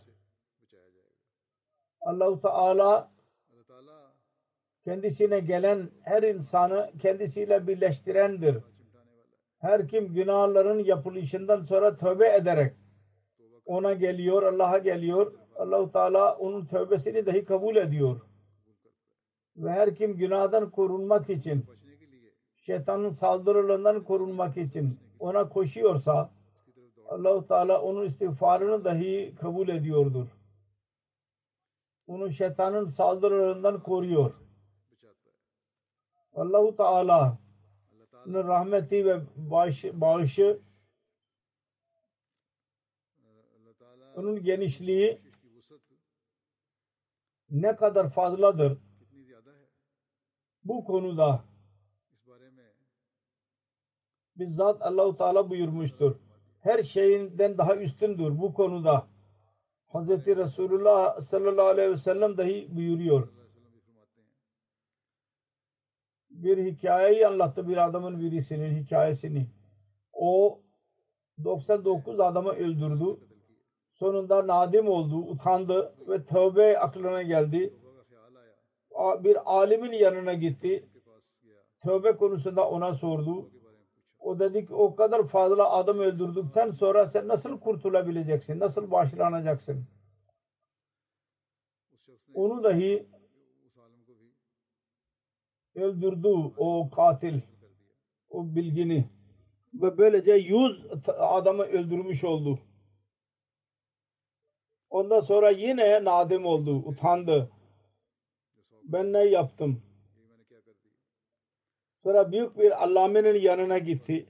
Allah-u Teala kendisine gelen her insanı kendisiyle birleştirendir. Her kim günahların yapılışından sonra tövbe ederek ona geliyor, Allah'a geliyor, Allah-u Teala onun tövbesini dahi kabul ediyor. Ve her kim günahdan korunmak için, şeytanın saldırılarından korunmak için ona koşuyorsa Allah-u Teala onun istiğfarını dahi kabul ediyordur. Onu şeytanın saldırılarından koruyor. Allah-u Teala'nın rahmeti ve bağışı, bağışı onun genişliği ne kadar fazladır bu konuda bizzat Allah-u Teala buyurmuştur. Her şeyinden daha üstündür bu konuda. Hazreti Resulullah sallallahu aleyhi ve sellem dahi buyuruyor. Bir hikayeyi anlattı bir adamın birisinin hikayesini. O doksan dokuz adamı öldürdü. Sonunda nadim oldu, utandı ve tövbe aklına geldi. Bir alimin yanına gitti. Tövbe konusunda ona sordu. O dedi ki o kadar fazla adam öldürdükten sonra sen nasıl kurtulabileceksin? Nasıl bağışlanacaksın? Onu dahi öldürdü o katil, o bilgini. Ve böylece yüz adamı öldürmüş oldu. Ondan sonra yine nadim oldu, utandı. Ben ne yaptım? Sonra büyük bir allamenin yanına gitti.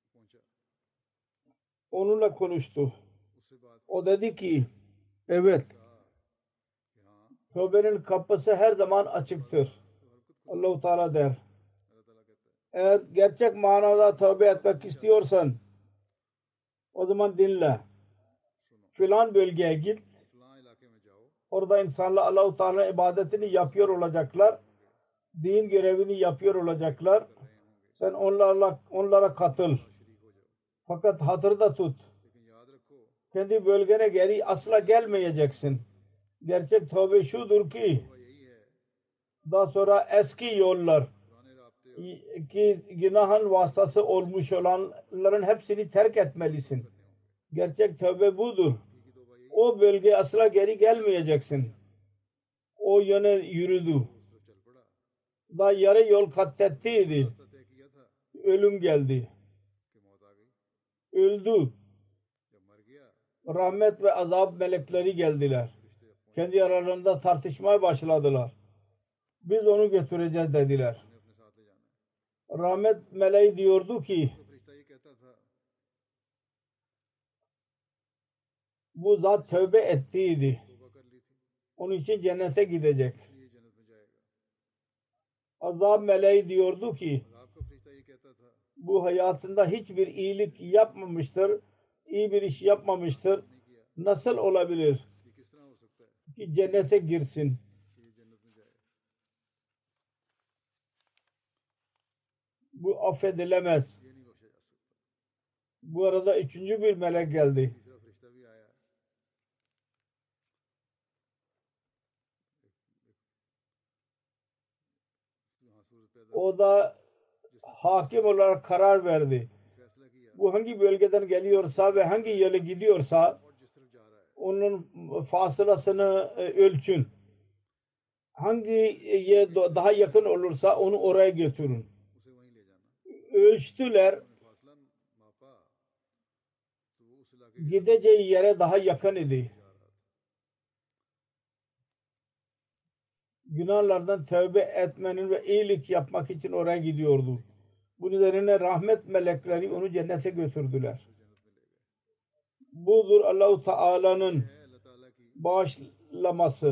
Onunla konuştu. O dedi ki, evet, tövbenin kapısı her zaman açıktır. Allah-u Teala der. Eğer gerçek manada tövbe etmek istiyorsan o zaman dinle. Filan bölgeye git. Orada insanlar Allah-u Teala'nın ibadetini yapıyor olacaklar. Din görevini yapıyor olacaklar. Sen onlarla onlara katıl. Fakat hatırda tut. Kendi bölgene geri asla gelmeyeceksin. Gerçek tövbe şudur ki daha sonra eski yollar ki günahın vasıtası olmuş olanların hepsini terk etmelisin. Gerçek tövbe budur. O bölgeye asla geri gelmeyeceksin. O yöne yürüdü. Daha yarı yol kat ettiydi. Ölüm geldi. Öldü. Rahmet ve azap melekleri geldiler. kendi aralarında tartışmaya başladılar. Biz onu götüreceğiz dediler. Rahmet meleği diyordu ki bu zat tövbe ettiydi. Onun için cennete gidecek. Azap meleği diyordu ki bu hayatında hiçbir iyilik yapmamıştır, iyi bir iş yapmamıştır. Nasıl olabilir ki cennete girsin? Bu affedilemez. Bu arada üçüncü bir melek geldi. O da hakim olarak karar verdi. Bu hangi bölgeden geliyorsa ve hangi yere gidiyorsa onun fasılasını ölçün. Hangiye daha yakın olursa onu oraya götürün. Ölçtüler. Gideceği yere daha yakın idi. Günahlardan tövbe etmenin ve iyilik yapmak için oraya gidiyordu. Bunun üzerine rahmet melekleri onu cennete götürdüler. Budur Allah-u Teala'nın bağışlaması.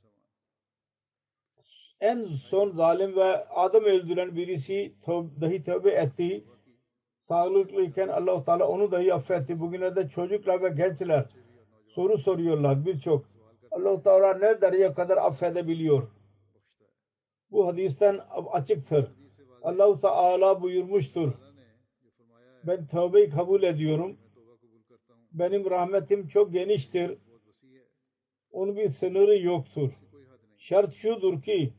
En son zalim ve adam öldüren birisi dahi tövbe etti. Sağlıklıyken Allah-u Teala onu dahi affetti. Bugünlerde çocuklar ve gençler soru soruyorlar birçok. Allah-u Teala ne derece kadar affedebiliyor? Bu hadisten açıktır. Allah-u Teala buyurmuştur. Ben tövbeyi kabul ediyorum. Benim rahmetim çok geniştir. Onun bir sınırı yoktur. Şart şudur ki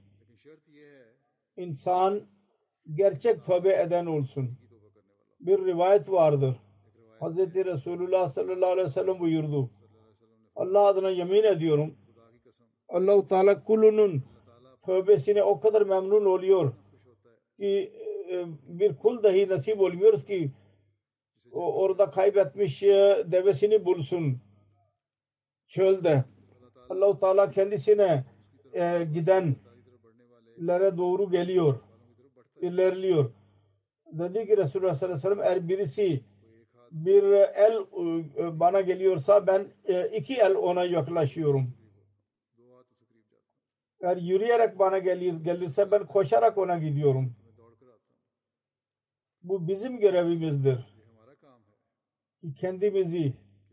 insan gerçek tövbe eden olsun. Bir rivayet vardır. Hazreti Resulullah sallallahu aleyhi ve sellem buyurdu. Allah adına yemin ediyorum. Allah-u Teala kulunun tövbesine o kadar memnun oluyor ki bir kul dahi nasip olmuyor ki orada kaybetmiş devesini bulsun çölde. Allah-u Teala kendisine e, gidenlere doğru geliyor, ilerliyor. Dedi ki Resulullah sallallahu aleyhi ve sellem eğer birisi bir el e, bana geliyorsa ben e, iki el ona yaklaşıyorum. Eğer yürüyerek bana gelir, gelirse ben koşarak ona gidiyorum. Bu bizim görevimizdir. Kendimizi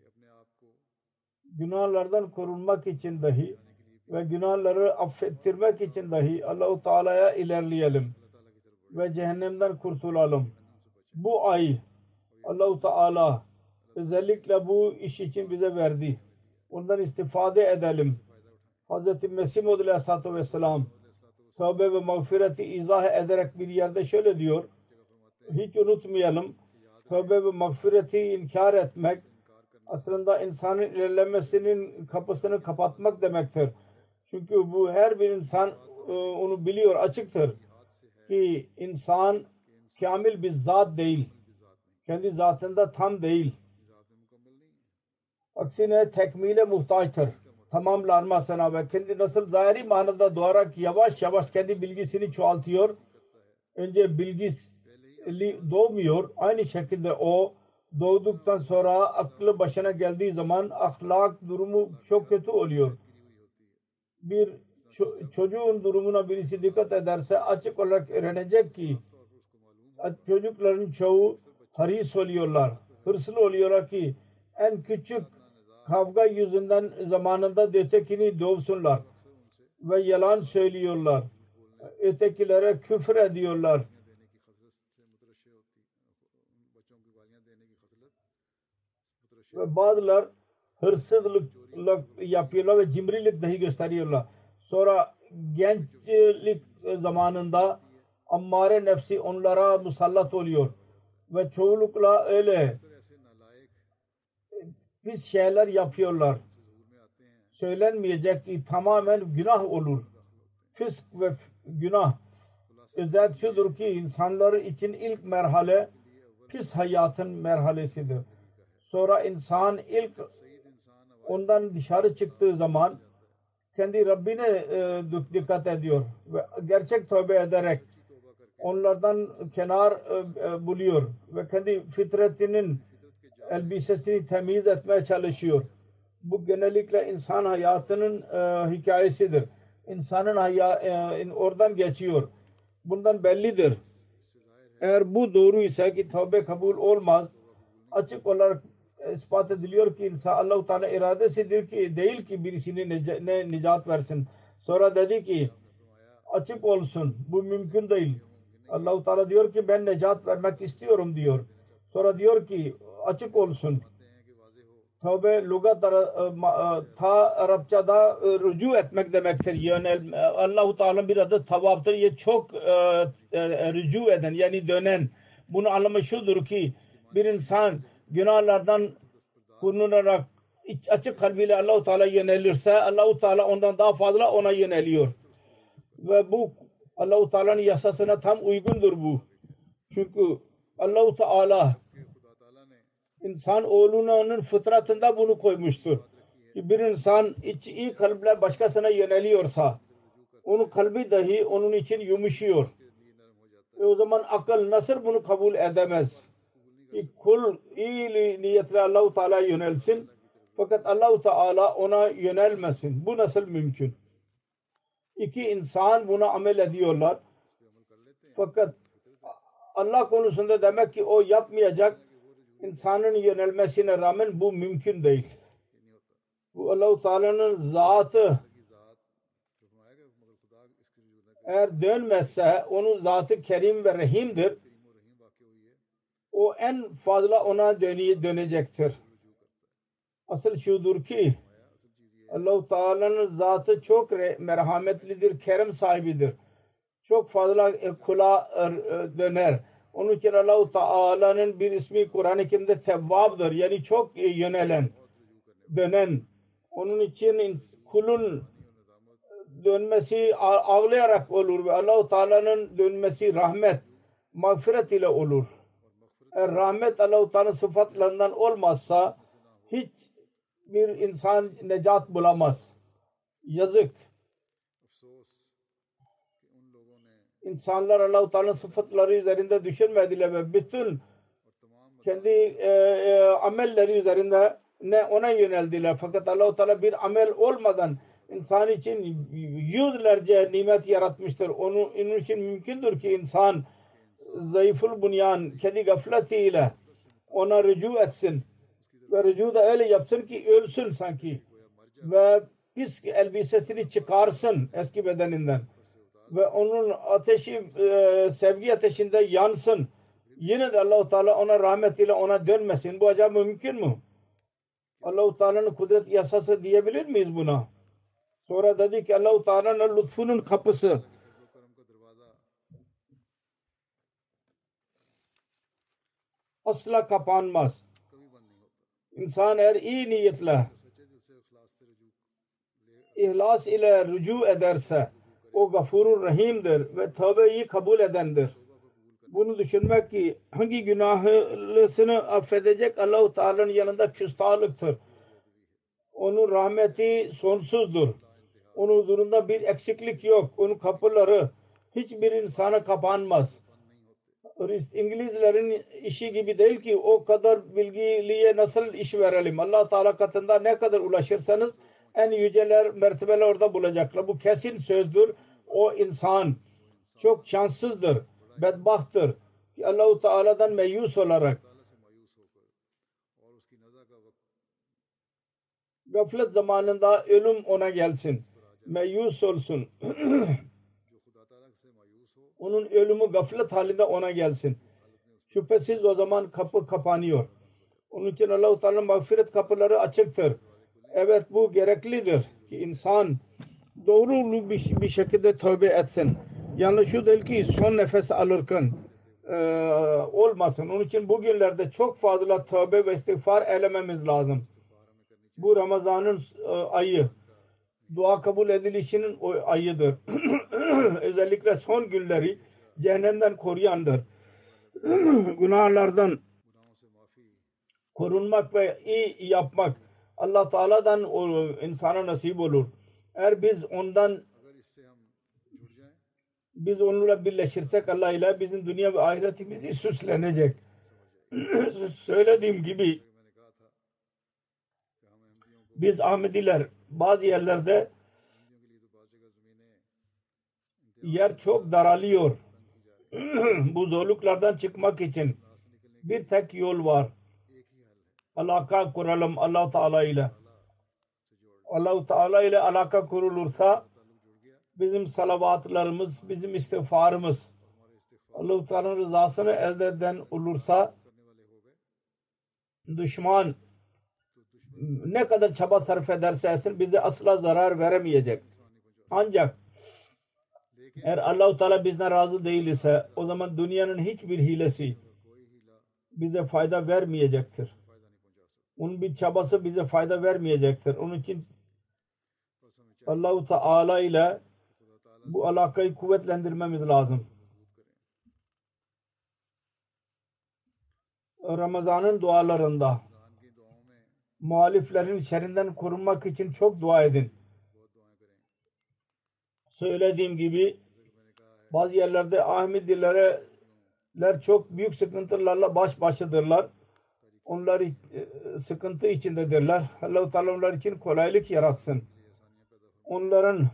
günahlardan korunmak için dahi ve günahları affettirmek için dahi Allah-u Teala'ya ilerleyelim ve cehennemden kurtulalım. Bu ay Allah-u Teala özellikle bu iş için bize verdi. Ondan istifade edelim. Hz. Mesih Maud Aleyhisselatü Vesselam tövbe ve mağfireti izah ederek bir yerde şöyle diyor. Hiç unutmayalım. Tövbe ve mağfireti inkar etmek aslında insanın ilerlemesinin kapısını kapatmak demektir. Çünkü bu her bir insan onu biliyor, açıktır ki insan kamil bir zat değil. Kendi zatında tam değil. Aksine tekmile muhtaçtır. Tamamlanmasına ve kendi nasıl zahiri manada doğarak yavaş yavaş kendi bilgisini çoğaltıyor. Önce bilgisi doğmuyor. Aynı şekilde o doğduktan sonra aklı başına geldiği zaman ahlak durumu çok kötü oluyor. Bir ço- çocuğun durumuna birisi dikkat ederse açık olarak öğrenecek ki çocukların çoğu haris oluyorlar. Hırslı oluyorlar ki en küçük kavga yüzünden zamanında ötekini dövsünler ve yalan söylüyorlar. Ötekilere küfür ediyorlar. Ve bazılar hırsızlık yapıyorlar ve cimrilik dahi gösteriyorlar. Sonra gençlik zamanında ammare nefsi onlara musallat oluyor. Ve çoğunlukla öyle pis şeyler yapıyorlar. Söylenmeyecek ki tamamen günah olur. Fisk ve günah. Özet şudur ki insanlar için ilk merhale pis hayatın merhalesidir. Sonra insan ilk ondan dışarı çıktığı zaman kendi Rabbine e, dikkat ediyor ve gerçek tövbe ederek onlardan kenar e, e, buluyor ve kendi fitretinin elbisesini temiz etmeye çalışıyor. Bu genellikle insan hayatının e, hikayesidir. İnsanın haya, e, oradan geçiyor. Bundan bellidir. Eğer bu doğru ise ki tövbe kabul olmaz, açık olarak ispat ediliyor ki insan Allah-u Teala iradesidir ki değil ki birisini nece, ne nicat versin. Sonra dedi ki açık olsun. Bu mümkün değil. Allah-u Teala diyor ki ben necat vermek istiyorum diyor. Sonra diyor ki açık olsun. Tövbe lügat ta Arapçada rücu etmek demektir. Yani Allah-u Teala bir adı tavaptır. Ye çok rücu eden yani dönen. Bunun anlamı şudur ki bir insan günahlardan kurunarak açık kalbiyle Allah-u Teala yönelirse Allah-u Teala ondan daha fazla ona yöneliyor. Ve bu Allah-u Teala'nın yasasına tam uygundur bu. Çünkü Allah-u Teala insan oğlunun fıtratında bunu koymuştur. Ki bir insan iç, iyi kalple başkasına yöneliyorsa onun kalbi dahi onun için yumuşuyor. E o zaman akıl nasıl bunu kabul edemez? Ki kul iyi niyetle Allah-u Teala yönelsin fakat Allah-u Teala ona yönelmesin. Bu nasıl mümkün? İki insan buna amel ediyorlar. Fakat Allah konusunda demek ki o yapmayacak. İnsanın yönelmesine rağmen bu mümkün değil. Bu Allah-u Teala'nın zatı. Eğer dönmezse onun zatı kerim ve rahimdir. O en fazla ona dönecektir. Asıl şudur ki Allah-u Teala'nın zatı çok merhametlidir, kerem sahibidir. Çok fazla kula döner. Onun için Allah-u Teala'nın bir ismi Kur'an-ı Kerim'de Tevvab'dır. Yani çok yönelen, dönen. Onun için kulun dönmesi ağlayarak olur ve Allah-u Teala'nın dönmesi rahmet, mağfiret ile olur. Eğer rahmet Allah-u Teala'nın sıfatlarından olmazsa hiç bir insan necat bulamaz. Yazık. İnsanlar Allah-u Teala'nın sıfatları üzerinde düşünmediler ve bütün kendi e, e, amelleri üzerinde ne ona yöneldiler. Fakat Allah-u Teala bir amel olmadan insan için yüzlerce nimet yaratmıştır. Onun, onun için mümkündür ki insan zayıful bunyan kendi gafletiyle ona rücu etsin ve rücu da öyle yapsın ki ölsün sanki ve pis elbisesini çıkarsın eski bedeninden ve onun ateşi e, sevgi ateşinde yansın. Yine de Allah-u Teala ona rahmetiyle ona dönmesin. Bu acaba mümkün mü? Allah-u Teala'nın kudret yasası diyebilir miyiz buna? Sonra dedi ki Allah-u Teala'nın lütfunun kapısı asla kapanmaz. İnsan eğer iyi niyetle ihlas ile rücu ederse o gafurur rahimdir ve tövbeyi kabul edendir. Bunu düşünmek ki hangi günahlısını affedecek Allah-u Teala'nın yanında küstahlıktır. Onun rahmeti sonsuzdur. Onun huzurunda bir eksiklik yok. Onun kapıları hiçbir insana kapanmaz. İngilizlerin işi gibi değil ki o kadar bilgiliye nasıl iş verelim. Allah Teala katında ne kadar ulaşırsanız en yüceler mertebeler orada bulacaklar. Bu kesin sözdür. O insan çok şanssızdır, bedbahttır ki Allah-u Teala'dan meyus olarak gaflet zamanında ölüm ona gelsin. Meyus olsun. Onun ölümü gaflet halinde ona gelsin. Şüphesiz o zaman kapı kapanıyor. Onun için Allah-u Teala'nın mağfiret kapıları açıktır. Evet bu gereklidir ki insan doğru bir, bir şekilde tövbe etsin. Yani şu değil ki son nefes alırken e, olmasın. Onun için bugünlerde çok fazla tövbe ve istiğfar elememiz lazım. Bu Ramazan'ın e, ayı. Dua kabul edilişinin o ayıdır. Özellikle son günleri cehennemden koruyandır. Günahlardan korunmak ve iyi yapmak Allah Teala'dan insana nasip olur. Eğer biz ondan अगर इससे हम जुड़ जाएं biz onunla birleşirsek Allah ile bizim dünya ve ahiretimiz süslenecek. Söylediğim gibi मैंने कहा था कि हम अहमदियों को biz Ahmediler bazı yerlerde अहमदियों के लिए तो बाज़ जगह ज़मीनें yer çok daralıyor. Bu zorluklardan çıkmak için bir tek yol var. एक ही हल है Alaka kuralım Allah Teala ile. Allah Teala ile alaka kurulursa bizim salavatlarımız, bizim istiğfarımız Allah Teala'nın rızasını elde eden olursa düşman ne kadar çaba sarf ederse etsin bize asla zarar veremeyecek. Ancak eğer Allah-u Teala bizden razı değil ise o zaman dünyanın hiçbir hilesi bize fayda vermeyecektir. Onun bir çabası bize fayda vermeyecektir. Onun için Allah-u Teala ile bu alakayı kuvvetlendirmemiz lazım. Ramazan'ın dualarında muhaliflerin şerrinden korunmak için çok dua edin. Söylediğim gibi bazı yerlerde Ahmediler çok büyük sıkıntılarla baş başadırlar. Onlar sıkıntı içindedirler. Allah-u Teala onlar için kolaylık yaratsın. Onların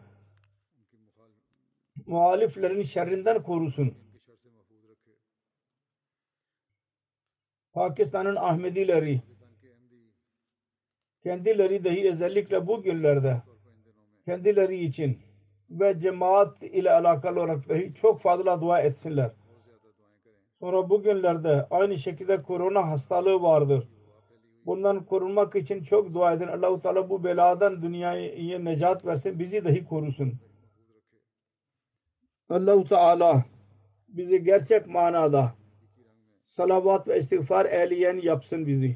muhaliflerin şerrinden korusun. Pakistan'ın Ahmedileri kendileri dahi özellikle bu günlerde kendileri için ve cemaat ile alakalı olarak dahi çok fazla dua etsinler. Sonra bu günlerde aynı şekilde korona hastalığı vardır. Bundan korunmak için çok dua edin. Allah-u Teala bu beladan dünyaya necat versin. Bizi dahi korusun. Allah-u Teala bizi gerçek manada salavat ve istiğfar ehliyen yapsın bizi.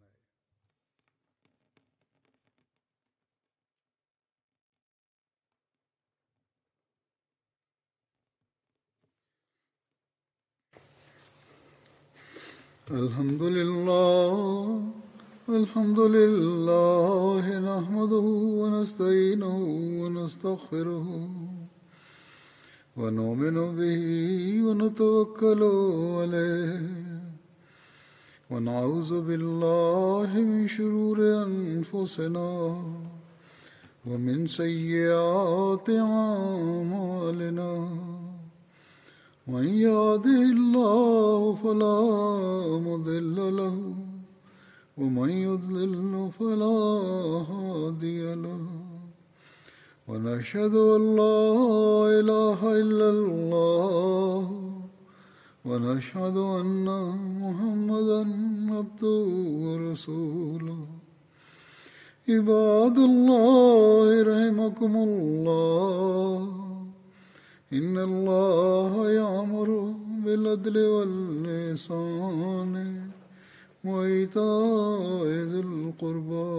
Elhamdülillah Elhamdülillah nahmaduhu ve nestainuhu ve nestağfiruhu ve nu'minu bihi ve netevekkalu aleyh ve na'uzu billahi min şururi enfusina ve min seyyiati a'malina. من يهده الله فلا مضل له ومن يضلل فلا هادي له ونشهد أن لا إله إلا الله ونشهد أن محمدا عبده ورسوله عباد الله رحمكم الله إن الله يأمر بالعدل والإحسان وإيتاء ذي القربى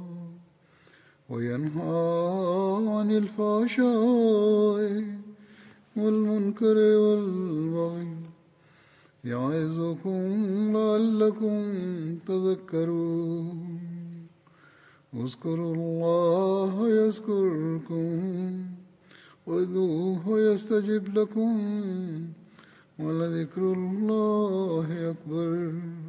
وينهى عن الفحشاء والمنكر والبغي يعظكم لعلكم تذكرون اذكروا الله يذكركم وادعوه يستجب لكم ولذكر الله أكبر.